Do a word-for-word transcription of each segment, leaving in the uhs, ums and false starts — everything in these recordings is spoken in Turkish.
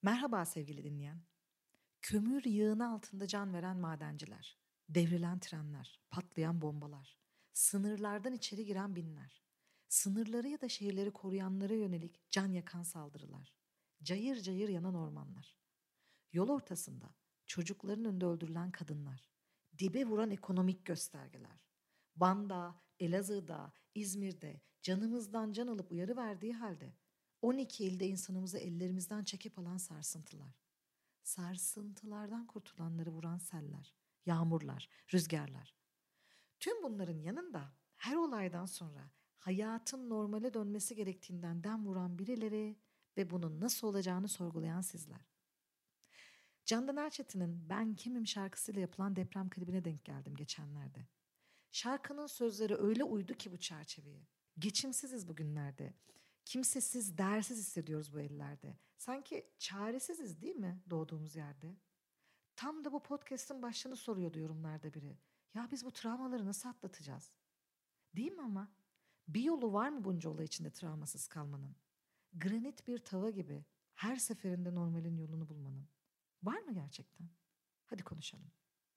Merhaba sevgili dinleyen. Kömür yığını altında can veren madenciler, devrilen trenler, patlayan bombalar, sınırlardan içeri giren binler, sınırları ya da şehirleri koruyanlara yönelik can yakan saldırılar, cayır cayır yanan ormanlar, yol ortasında çocukların önünde öldürülen kadınlar, dibe vuran ekonomik göstergeler, Van'da, Elazığ'da, İzmir'de canımızdan can alıp uyarı verdiği halde on iki ilde insanımızı ellerimizden çekip alan sarsıntılar. Sarsıntılardan kurtulanları vuran seller, yağmurlar, rüzgarlar. Tüm bunların yanında her olaydan sonra hayatın normale dönmesi gerektiğinden dem vuran birileri ve bunun nasıl olacağını sorgulayan sizler. Candan Erçetin'in Ben Kimim şarkısıyla yapılan deprem klibine denk geldim geçenlerde. Şarkının sözleri öyle uydu ki bu çerçeveye. Geçimsiziz bugünlerde. Kimsesiz, değersiz hissediyoruz bu ellerde. Sanki çaresiziz değil mi doğduğumuz yerde? Tam da bu podcast'ın başlığını soruyordu yorumlarda biri. Ya biz bu travmaları nasıl atlatacağız? Değil mi ama? Bir yolu var mı bunca olay içinde travmasız kalmanın? Granit bir tava gibi her seferinde normalin yolunu bulmanın. Var mı gerçekten? Hadi konuşalım.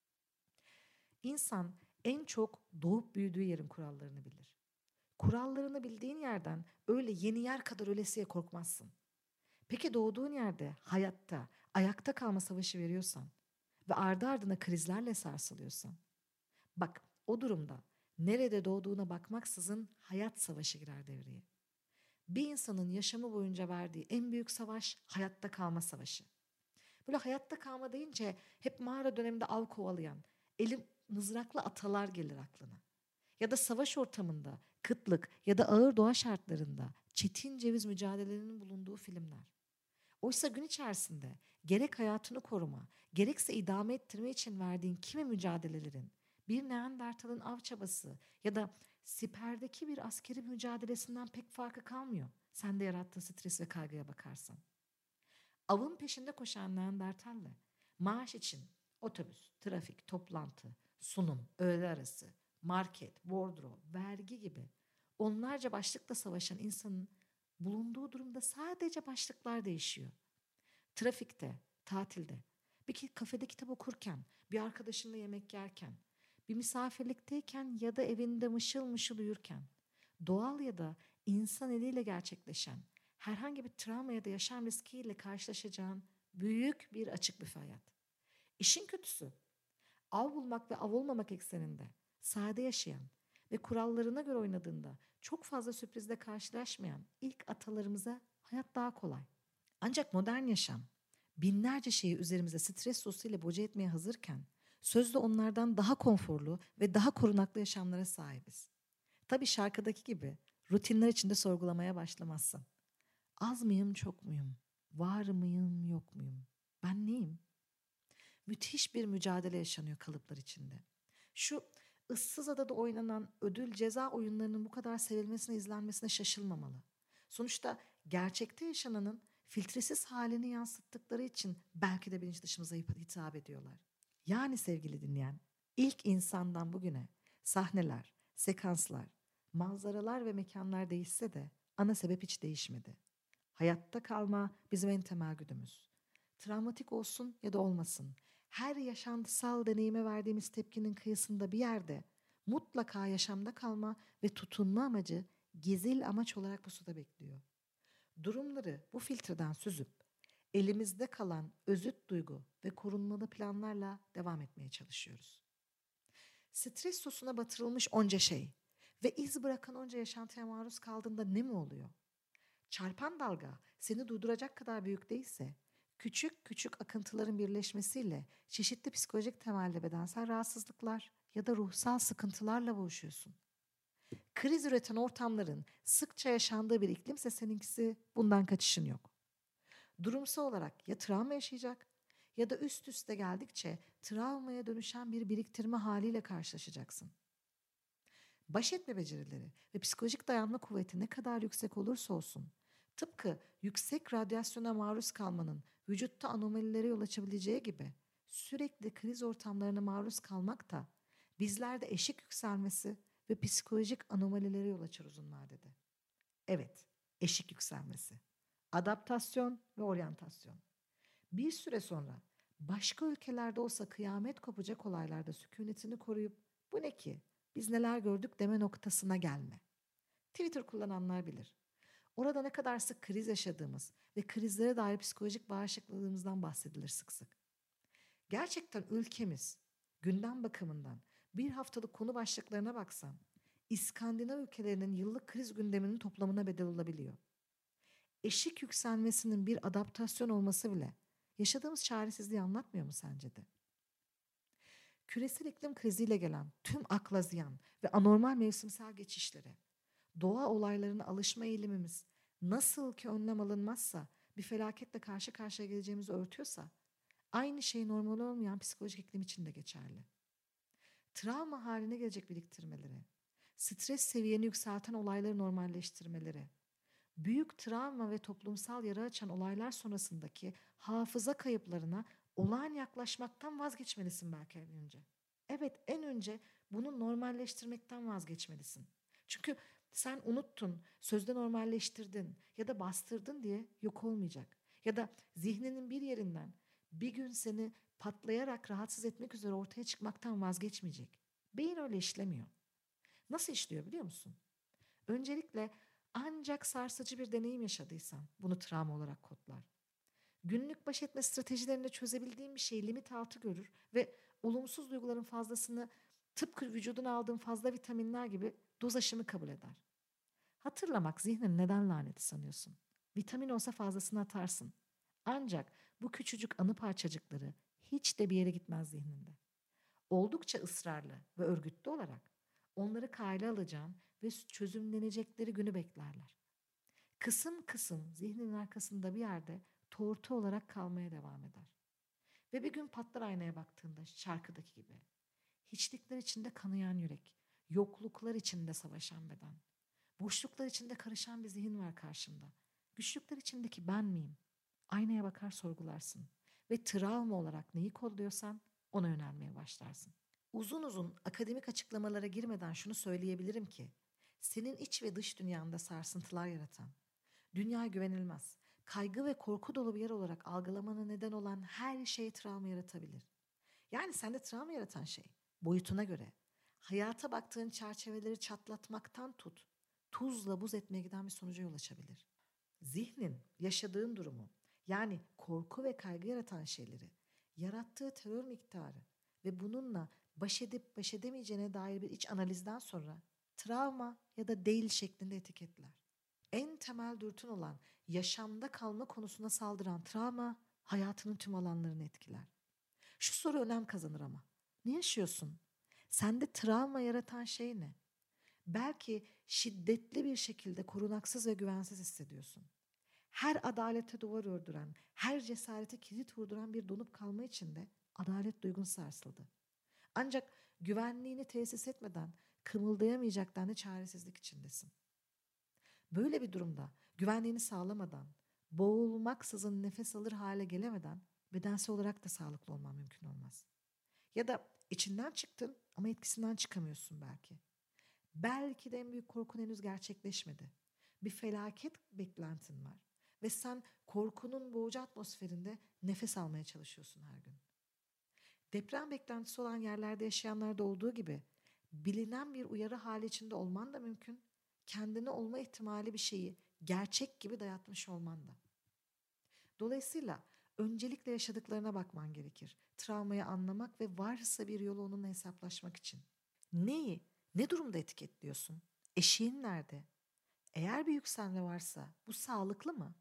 İnsan en çok doğup büyüdüğü yerin kurallarını bilir. Kurallarını bildiğin yerden öyle yeni yer kadar ölesiye korkmazsın. Peki doğduğun yerde hayatta, ayakta kalma savaşı veriyorsan ve ardı ardına krizlerle sarsılıyorsan, bak o durumda nerede doğduğuna bakmaksızın hayat savaşı girer devreye. Bir insanın yaşamı boyunca verdiği en büyük savaş hayatta kalma savaşı. Böyle hayatta kalma deyince hep mağara döneminde av kovalayan, eli mızraklı atalar gelir aklına. Ya da savaş ortamında, kıtlık ya da ağır doğa şartlarında çetin ceviz mücadelelerinin bulunduğu filmler. Oysa gün içerisinde gerek hayatını koruma, gerekse idame ettirme için verdiğin kimi mücadelelerin, bir Neandertal'ın av çabası ya da siperdeki bir askeri mücadelesinden pek farkı kalmıyor. Sen de yarattığı stres ve kaygıya bakarsan. Avın peşinde koşan Neandertal'le maaş için otobüs, trafik, toplantı, sunum, öğle arası, market, bordro, vergi gibi onlarca başlıkla savaşan insanın bulunduğu durumda sadece başlıklar değişiyor. Trafikte, tatilde, bir kafede kitap okurken, bir arkadaşınla yemek yerken, bir misafirlikteyken ya da evinde mışıl mışıl uyurken, doğal ya da insan eliyle gerçekleşen herhangi bir travma ya da yaşam riskiyle karşılaşacağın büyük bir açık büfe hayat. İşin kötüsü, av bulmak ve av olmamak ekseninde sade yaşayan ve kurallarına göre oynadığında çok fazla sürprizle karşılaşmayan ilk atalarımıza hayat daha kolay. Ancak modern yaşam binlerce şeyi üzerimize stres sosuyla boca etmeye hazırken sözde onlardan daha konforlu ve daha korunaklı yaşamlara sahibiz. Tabii şarkıdaki gibi rutinler içinde sorgulamaya başlamazsın. Az mıyım, çok muyum? Var mıyım, yok muyum? Ben neyim? Müthiş bir mücadele yaşanıyor kalıplar içinde. Şu ıssız adada oynanan ödül ceza oyunlarının bu kadar sevilmesine, izlenmesine şaşılmamalı. Sonuçta gerçekte yaşananın filtresiz halini yansıttıkları için belki de bilinç dışımıza hitap ediyorlar. Yani sevgili dinleyen, ilk insandan bugüne sahneler, sekanslar, manzaralar ve mekanlar değişse de ana sebep hiç değişmedi. Hayatta kalma bizim en temel güdümüz. Travmatik olsun ya da olmasın, her yaşantısal deneyime verdiğimiz tepkinin kıyısında bir yerde mutlaka yaşamda kalma ve tutunma amacı gizil amaç olarak pusuda bekliyor. Durumları bu filtreden süzüp elimizde kalan özüt duygu ve korunmalı planlarla devam etmeye çalışıyoruz. Stres sosuna batırılmış onca şey ve iz bırakan onca yaşantıya maruz kaldığında ne mi oluyor? Çarpan dalga seni durduracak kadar büyük değilse, küçük küçük akıntıların birleşmesiyle çeşitli psikolojik temelli bedensel rahatsızlıklar ya da ruhsal sıkıntılarla boğuşuyorsun. Kriz üreten ortamların sıkça yaşandığı bir iklimse seninkisi bundan kaçışın yok. Durumsal olarak ya travma yaşayacak ya da üst üste geldikçe travmaya dönüşen bir biriktirme haliyle karşılaşacaksın. Baş etme becerileri ve psikolojik dayanma kuvveti ne kadar yüksek olursa olsun, tıpkı yüksek radyasyona maruz kalmanın vücutta anomalilere yol açabileceği gibi sürekli kriz ortamlarına maruz kalmak da bizlerde eşik yükselmesi ve psikolojik anomalilere yol açar uzun vadede. Evet, eşik yükselmesi. Adaptasyon ve oryantasyon. Bir süre sonra başka ülkelerde olsa kıyamet kopacak olaylarda sükunetini koruyup bu ne ki biz neler gördük deme noktasına gelme. Twitter kullananlar bilir. Orada ne kadar sık kriz yaşadığımız ve krizlere dair psikolojik bağışıklılığımızdan bahsedilir sık sık. Gerçekten ülkemiz gündem bakımından bir haftalık konu başlıklarına baksan İskandinav ülkelerinin yıllık kriz gündeminin toplamına bedel olabiliyor. Eşik yükselmesinin bir adaptasyon olması bile yaşadığımız çaresizliği anlatmıyor mu sence de? Küresel iklim kriziyle gelen tüm akla ziyan ve anormal mevsimsel geçişlere, doğa olaylarına alışma eğilimimiz nasıl ki önlem alınmazsa bir felaketle karşı karşıya geleceğimizi örtüyorsa, aynı şey normal olmayan psikolojik iklim için de geçerli. Travma haline gelecek biriktirmeleri, stres seviyeni yükselten olayları normalleştirmeleri, büyük travma ve toplumsal yara açan olaylar sonrasındaki hafıza kayıplarına olağan yaklaşmaktan vazgeçmelisin belki en önce. Evet, en önce bunu normalleştirmekten vazgeçmelisin. Çünkü sen unuttun, sözde normalleştirdin ya da bastırdın diye yok olmayacak. Ya da zihninin bir yerinden bir gün seni patlayarak rahatsız etmek üzere ortaya çıkmaktan vazgeçmeyecek. Beyin öyle işlemiyor. Nasıl işliyor biliyor musun? Öncelikle ancak sarsıcı bir deneyim yaşadıysan bunu travma olarak kodlar. Günlük baş etme stratejilerinde çözebildiğin bir şeyi limit altı görür ve olumsuz duyguların fazlasını tıpkı vücuduna aldığın fazla vitaminler gibi doz aşımı kabul eder. Hatırlamak zihnin neden laneti sanıyorsun? Vitamin olsa fazlasını atarsın. Ancak bu küçücük anı parçacıkları hiç de bir yere gitmez zihninde. Oldukça ısrarlı ve örgütlü olarak onları kayda alacağın ve çözümlenecekleri günü beklerler. Kısım kısım zihninin arkasında bir yerde tortu olarak kalmaya devam eder. Ve bir gün patlar aynaya baktığında şarkıdaki gibi. Hiçlikler içinde kanayan yürek, yokluklar içinde savaşan beden, boşluklar içinde karışan bir zihin var karşımda. Güçlükler içindeki ben miyim? Aynaya bakar sorgularsın ve travma olarak neyi kodluyorsan ona yönelmeye başlarsın. Uzun uzun akademik açıklamalara girmeden şunu söyleyebilirim ki, senin iç ve dış dünyanda sarsıntılar yaratan, dünya güvenilmez, kaygı ve korku dolu bir yer olarak algılamana neden olan her şey travma yaratabilir. Yani sende travma yaratan şey, boyutuna göre, hayata baktığın çerçeveleri çatlatmaktan tut, tuzla buz etmeye giden bir sonuca yol açabilir. Zihnin yaşadığın durumu, yani korku ve kaygı yaratan şeyleri, yarattığı terör miktarı ve bununla baş edip baş edemeyeceğine dair bir iç analizden sonra travma ya da değil şeklinde etiketler. En temel dürtün olan yaşamda kalma konusuna saldıran travma hayatının tüm alanlarını etkiler. Şu soru önem kazanır ama. Ne yaşıyorsun? Sende travma yaratan şey ne? Belki şiddetli bir şekilde korunaksız ve güvensiz hissediyorsun. Her adalete duvar ördüren, her cesarete kilit vurduran bir donup kalma içinde adalet duygun sarsıldı. Ancak güvenliğini tesis etmeden kımıldayamayacak denli çaresizlik içindesin. Böyle bir durumda güvenliğini sağlamadan, boğulmaksızın nefes alır hale gelemeden bedensel olarak da sağlıklı olman mümkün olmaz. Ya da içinden çıktın ama etkisinden çıkamıyorsun belki. Belki de en büyük korkun henüz gerçekleşmedi. Bir felaket beklentin var ve sen korkunun boğucu atmosferinde nefes almaya çalışıyorsun her gün. Deprem beklentisi olan yerlerde yaşayanlarda olduğu gibi bilinen bir uyarı hali içinde olman da mümkün. Kendine olma ihtimali bir şeyi gerçek gibi dayatmış olman da. Dolayısıyla öncelikle yaşadıklarına bakman gerekir. Travmayı anlamak ve varsa bir yolu onunla hesaplaşmak için. Neyi, ne durumda etiketliyorsun? Eşiğin nerede? Eğer bir yükselme varsa bu sağlıklı mı?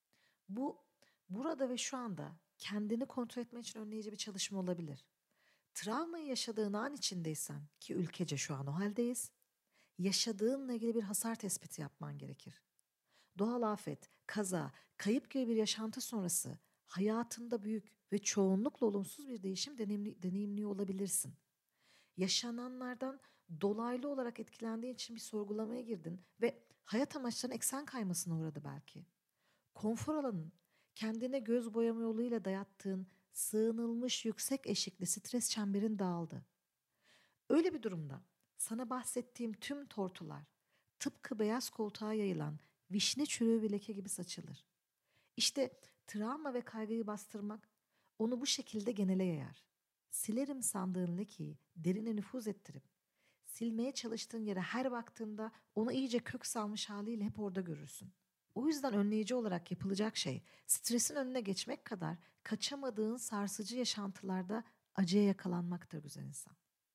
Bu burada ve şu anda kendini kontrol etmek için önleyici bir çalışma olabilir. Travmayı yaşadığın an içindeysen ki ülkece şu an o haldeyiz, yaşadığınla ilgili bir hasar tespiti yapman gerekir. Doğal afet, kaza, kayıp gibi bir yaşantı sonrası hayatında büyük ve çoğunlukla olumsuz bir değişim deneyimli, deneyimliyor olabilirsin. Yaşananlardan dolaylı olarak etkilendiğin için bir sorgulamaya girdin ve hayat amaçlarının eksen kaymasına uğradı belki. Konfor alanın, kendine göz boyama yoluyla dayattığın sığınılmış yüksek eşikli stres çemberin dağıldı. Öyle bir durumda sana bahsettiğim tüm tortular tıpkı beyaz koltuğa yayılan vişne çürüğü bir leke gibi saçılır. İşte Travma ve kaygıyı bastırmak onu bu şekilde genele yayar. Silerim sandığın lekeyi derine nüfuz ettirip silmeye çalıştığın yere her baktığında onu iyice kök salmış haliyle hep orada görürsün. O yüzden önleyici olarak yapılacak şey stresin önüne geçmek kadar kaçamadığın sarsıcı yaşantılarda acıya yakalanmaktır güzel insan.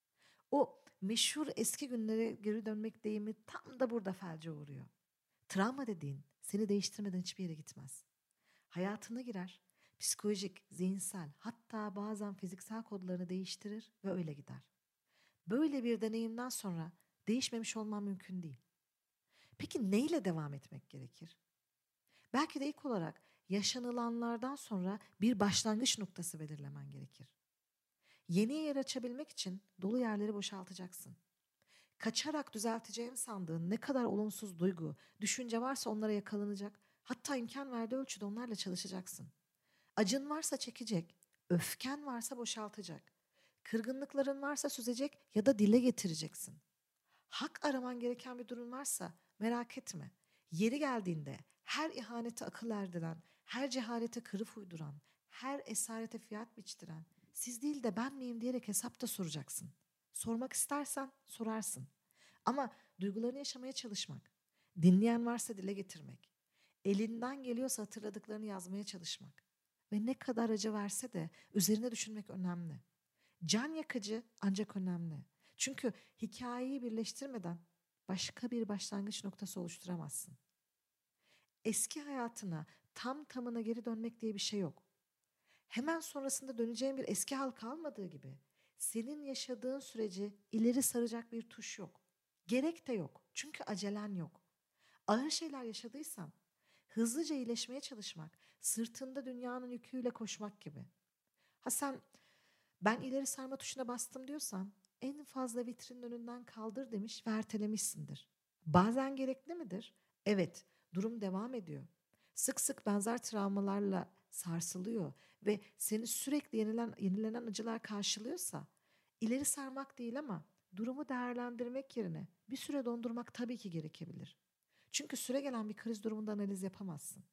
O meşhur eski günlere geri dönmek deyimi tam da burada felce uğruyor. Travma dediğin seni değiştirmeden hiçbir yere gitmez. Hayatına girer, psikolojik, zihinsel hatta bazen fiziksel kodlarını değiştirir ve öyle gider. Böyle bir deneyimden sonra değişmemiş olman mümkün değil. Peki neyle devam etmek gerekir? Belki de ilk olarak yaşanılanlardan sonra bir başlangıç noktası belirlemen gerekir. Yeni yer açabilmek için dolu yerleri boşaltacaksın. Kaçarak düzelteceğim sandığın ne kadar olumsuz duygu, düşünce varsa onlara yakalanacak, hatta imkan verdiği ölçüde onlarla çalışacaksın. Acın varsa çekecek, öfken varsa boşaltacak. Kırgınlıkların varsa süzecek ya da dile getireceksin. Hak araman gereken bir durum varsa merak etme. Yeri geldiğinde her ihanete akıl erdiren, her cehalete kırıp uyduran, her esarete fiyat biçtiren, siz değil de ben miyim diyerek hesap da soracaksın. Sormak istersen sorarsın. Ama duygularını yaşamaya çalışmak, dinleyen varsa dile getirmek, elinden geliyorsa hatırladıklarını yazmaya çalışmak ve ne kadar acı verse de üzerine düşünmek önemli. Can yakıcı ancak önemli. Çünkü hikayeyi birleştirmeden başka bir başlangıç noktası oluşturamazsın. Eski hayatına tam tamına geri dönmek diye bir şey yok. Hemen sonrasında döneceğin bir eski hal kalmadığı gibi senin yaşadığın süreci ileri saracak bir tuş yok. Gerek de yok. Çünkü acelen yok. Ağır şeyler yaşadıysan hızlıca iyileşmeye çalışmak, sırtında dünyanın yüküyle koşmak gibi. Ha sen ben ileri sarma tuşuna bastım diyorsan en fazla vitrinin önünden kaldır demiş ve ertelemişsindir. Bazen gerekli midir? Evet, durum devam ediyor. Sık sık benzer travmalarla sarsılıyor ve seni sürekli yenilen, yenilenen acılar karşılıyorsa ileri sarmak değil ama durumu değerlendirmek yerine bir süre dondurmak tabii ki gerekebilir. Çünkü süre gelen bir kriz durumunda analiz yapamazsın.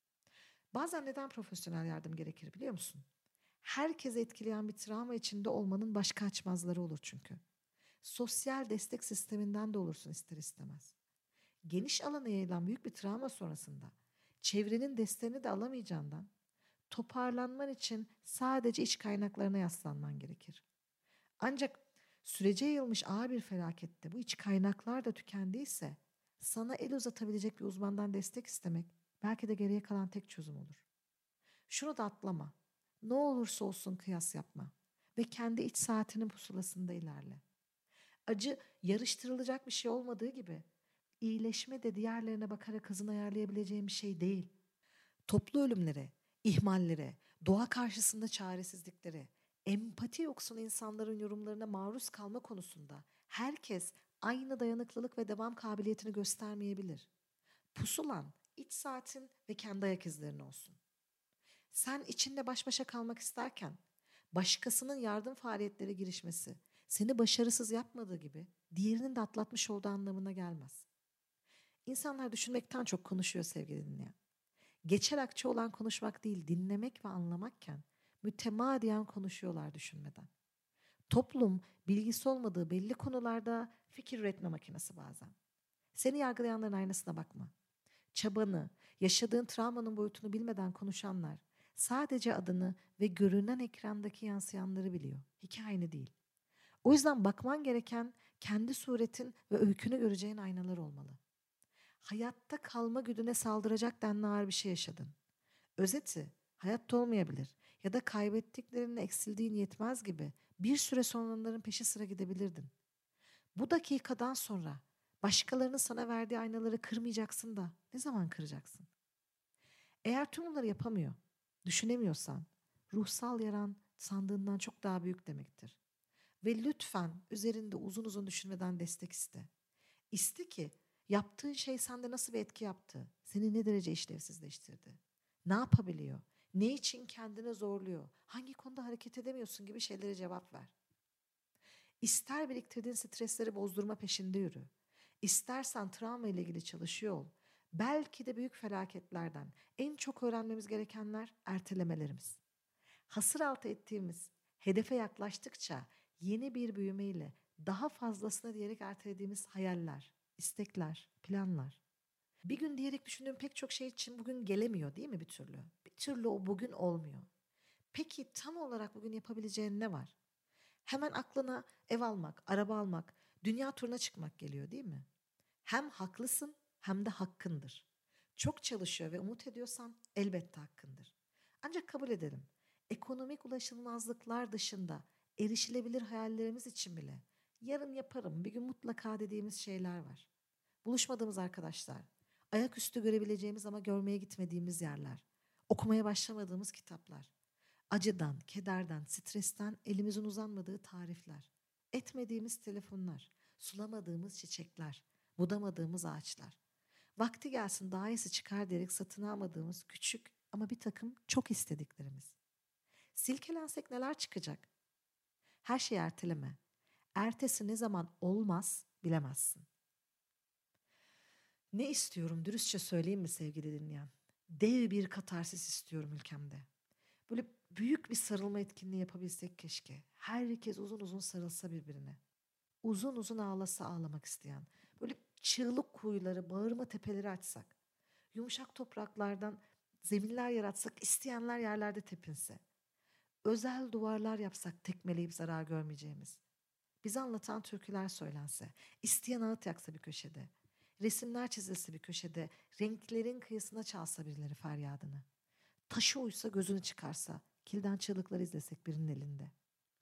Bazen neden profesyonel yardım gerekir biliyor musun? Herkesi etkileyen bir travma içinde olmanın başka açmazları olur çünkü. Sosyal destek sisteminden de olursun ister istemez. Geniş alana yayılan büyük bir travma sonrasında çevrenin desteğini de alamayacağından toparlanman için sadece iç kaynaklarına yaslanman gerekir. Ancak sürece yayılmış ağır bir felakette bu iç kaynaklar da tükendiyse sana el uzatabilecek bir uzmandan destek istemek belki de geriye kalan tek çözüm olur. Şunu da atlama. Ne olursa olsun kıyas yapma ve kendi iç saatinin pusulasında ilerle. Acı yarıştırılacak bir şey olmadığı gibi iyileşme de diğerlerine bakarak hızını ayarlayabileceğin bir şey değil. Toplu ölümlere, ihmallere, doğa karşısında çaresizliklere, empati yoksun insanların yorumlarına maruz kalma konusunda herkes aynı dayanıklılık ve devam kabiliyetini göstermeyebilir. Pusulan, iç saatin ve kendi ayak izlerin olsun. Sen içinde baş başa kalmak isterken başkasının yardım faaliyetlere girişmesi seni başarısız yapmadığı gibi diğerinin de atlatmış olduğu anlamına gelmez. İnsanlar düşünmekten çok konuşuyor sevgili dinleyen. Geçer akçe olan konuşmak değil dinlemek ve anlamakken mütemadiyen konuşuyorlar düşünmeden. Toplum bilgisi olmadığı belli konularda fikir üretme makinesi bazen. Seni yargılayanların aynasına bakma. Çabanı, yaşadığın travmanın boyutunu bilmeden konuşanlar sadece adını ve görünen ekrandaki yansıyanları biliyor. Hikayeni değil. O yüzden bakman gereken kendi suretin ve öykünü göreceğin aynalar olmalı. Hayatta kalma güdüne saldıracak denli ağır bir şey yaşadın. Özeti hayatta olmayabilir ya da kaybettiklerinle eksildiğin yetmez gibi bir süre sonra onların peşi sıra gidebilirdin. Bu dakikadan sonra başkalarının sana verdiği aynaları kırmayacaksın da ne zaman kıracaksın? Eğer tüm bunları yapamıyor, düşünemiyorsan ruhsal yaran sandığından çok daha büyük demektir. Ve lütfen üzerinde uzun uzun düşünmeden destek iste. İste ki yaptığın şey sende nasıl bir etki yaptı, seni ne derece işlevsizleştirdi, ne yapabiliyor, ne için kendini zorluyor, hangi konuda hareket edemiyorsun gibi şeylere cevap ver. İster biriktirdiğin stresleri bozdurma peşinde yürü. İstersen travma ile ilgili çalışıyor ol. Belki de büyük felaketlerden en çok öğrenmemiz gerekenler ertelemelerimiz. Hasır altı ettiğimiz, hedefe yaklaştıkça yeni bir büyümeyle daha fazlasına diyerek ertelediğimiz hayaller, istekler, planlar. Bir gün diyerek düşündüğüm pek çok şey için bugün gelemiyor değil mi bir türlü? Bir türlü o bugün olmuyor. Peki tam olarak bugün yapabileceğin ne var? Hemen aklına ev almak, araba almak, dünya turuna çıkmak geliyor değil mi? Hem haklısın hem de hakkındır. Çok çalışıyor ve umut ediyorsan elbette hakkındır. Ancak kabul edelim. Ekonomik ulaşılmazlıklar dışında erişilebilir hayallerimiz için bile yarın yaparım, bir gün mutlaka dediğimiz şeyler var. Buluşmadığımız arkadaşlar, ayaküstü görebileceğimiz ama görmeye gitmediğimiz yerler, okumaya başlamadığımız kitaplar, acıdan, kederden, stresten elimizin uzanmadığı tarifler, etmediğimiz telefonlar, sulamadığımız çiçekler, budamadığımız ağaçlar. Vakti gelsin daha iyisi çıkar diyerek satın almadığımız küçük ama bir takım çok istediklerimiz. Silkelensek neler çıkacak? Her şeyi erteleme. Ertesi ne zaman olmaz bilemezsin. Ne istiyorum dürüstçe söyleyeyim mi sevgili dinleyen? Dev bir katarsis istiyorum ülkemde. Böyle büyük bir sarılma etkinliği yapabilsek keşke. Herkes uzun uzun sarılsa birbirine. Uzun uzun ağlasa ağlamak isteyen. Böyle çığlık kuyuları, bağırma tepeleri açsak. Yumuşak topraklardan zeminler yaratsak, isteyenler yerlerde tepinse. Özel duvarlar yapsak tekmeleyip zarar görmeyeceğimiz. Bize anlatan türküler söylense. İsteyen ağıt yaksa bir köşede. Resimler çizilse bir köşede. Renklerin kıyısına çalsa birileri feryadını. Taşı uysa gözünü çıkarsa, kilden çığlıklar izlesek birinin elinde.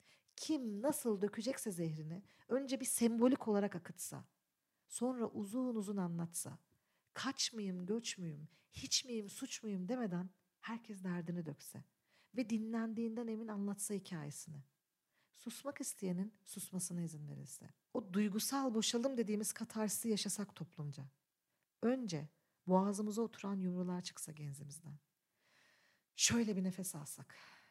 Kim nasıl dökecekse zehrini önce bir sembolik olarak akıtsa, sonra uzun uzun anlatsa, kaç mıyım, göç müyüm, hiç miyim, suç muyum demeden herkes derdini dökse ve dinlendiğinden emin anlatsa hikayesini. Susmak isteyenin susmasına izin verilse. O duygusal boşalım dediğimiz katarsisi yaşasak toplumca. Önce boğazımıza oturan yumrular çıksa genzimizden. Şöyle bir nefes alsak.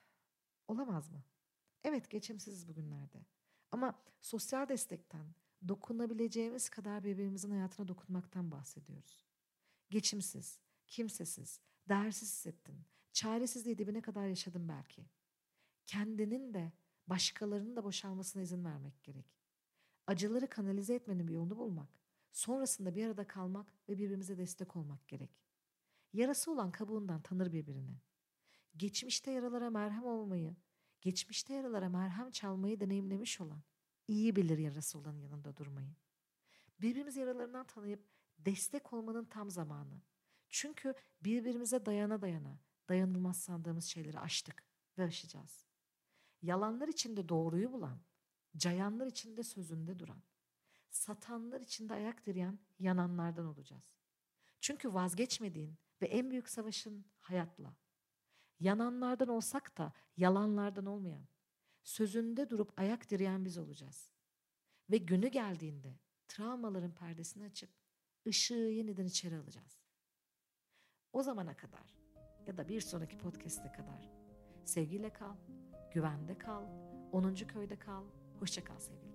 Olamaz mı? Evet, geçimsiziz bugünlerde. Ama sosyal destekten, dokunabileceğimiz kadar birbirimizin hayatına dokunmaktan bahsediyoruz. Geçimsiz, kimsesiz, değersiz hissettin. Çaresizliği dibine kadar yaşadın belki. Kendinin de başkalarının da boşalmasına izin vermek gerek. Acıları kanalize etmenin bir yolunu bulmak. Sonrasında bir arada kalmak ve birbirimize destek olmak gerek. Yarası olan kabuğundan tanır birbirini. Geçmişte yaralara merhem olmayı, geçmişte yaralara merhem çalmayı deneyimlemiş olan, iyi bilir yarası olanın yanında durmayı. Birbirimizi yaralarından tanıyıp destek olmanın tam zamanı. Çünkü birbirimize dayana dayana, dayanılmaz sandığımız şeyleri aştık ve aşacağız. Yalanlar içinde doğruyu bulan, cayanlar içinde sözünde duran, satanlar içinde ayak direyen yananlardan olacağız. Çünkü vazgeçmediğin ve en büyük savaşın hayatla. Yananlardan olsak da yalanlardan olmayan, sözünde durup ayak direyen biz olacağız. Ve günü geldiğinde travmaların perdesini açıp ışığı yeniden içeri alacağız. O zamana kadar ya da bir sonraki podcast'e kadar sevgiyle kal, güvende kal, onuncu köyde kal, hoşça kal sevgili.